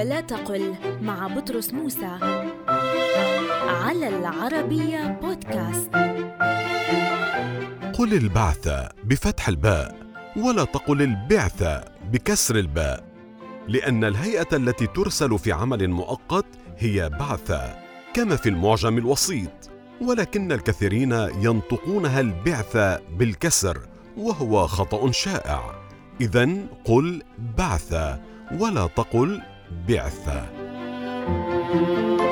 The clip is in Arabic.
ولا تقل مع بطرس موسى على العربية بودكاست. قل البعث بفتح الباء ولا تقل البعث بكسر الباء، لأن الهيئة التي ترسل في عمل مؤقت هي بعث كما في المعجم الوسيط، ولكن الكثيرين ينطقونها البعث بالكسر وهو خطأ شائع. إذن قل بعث ولا تقل بعث.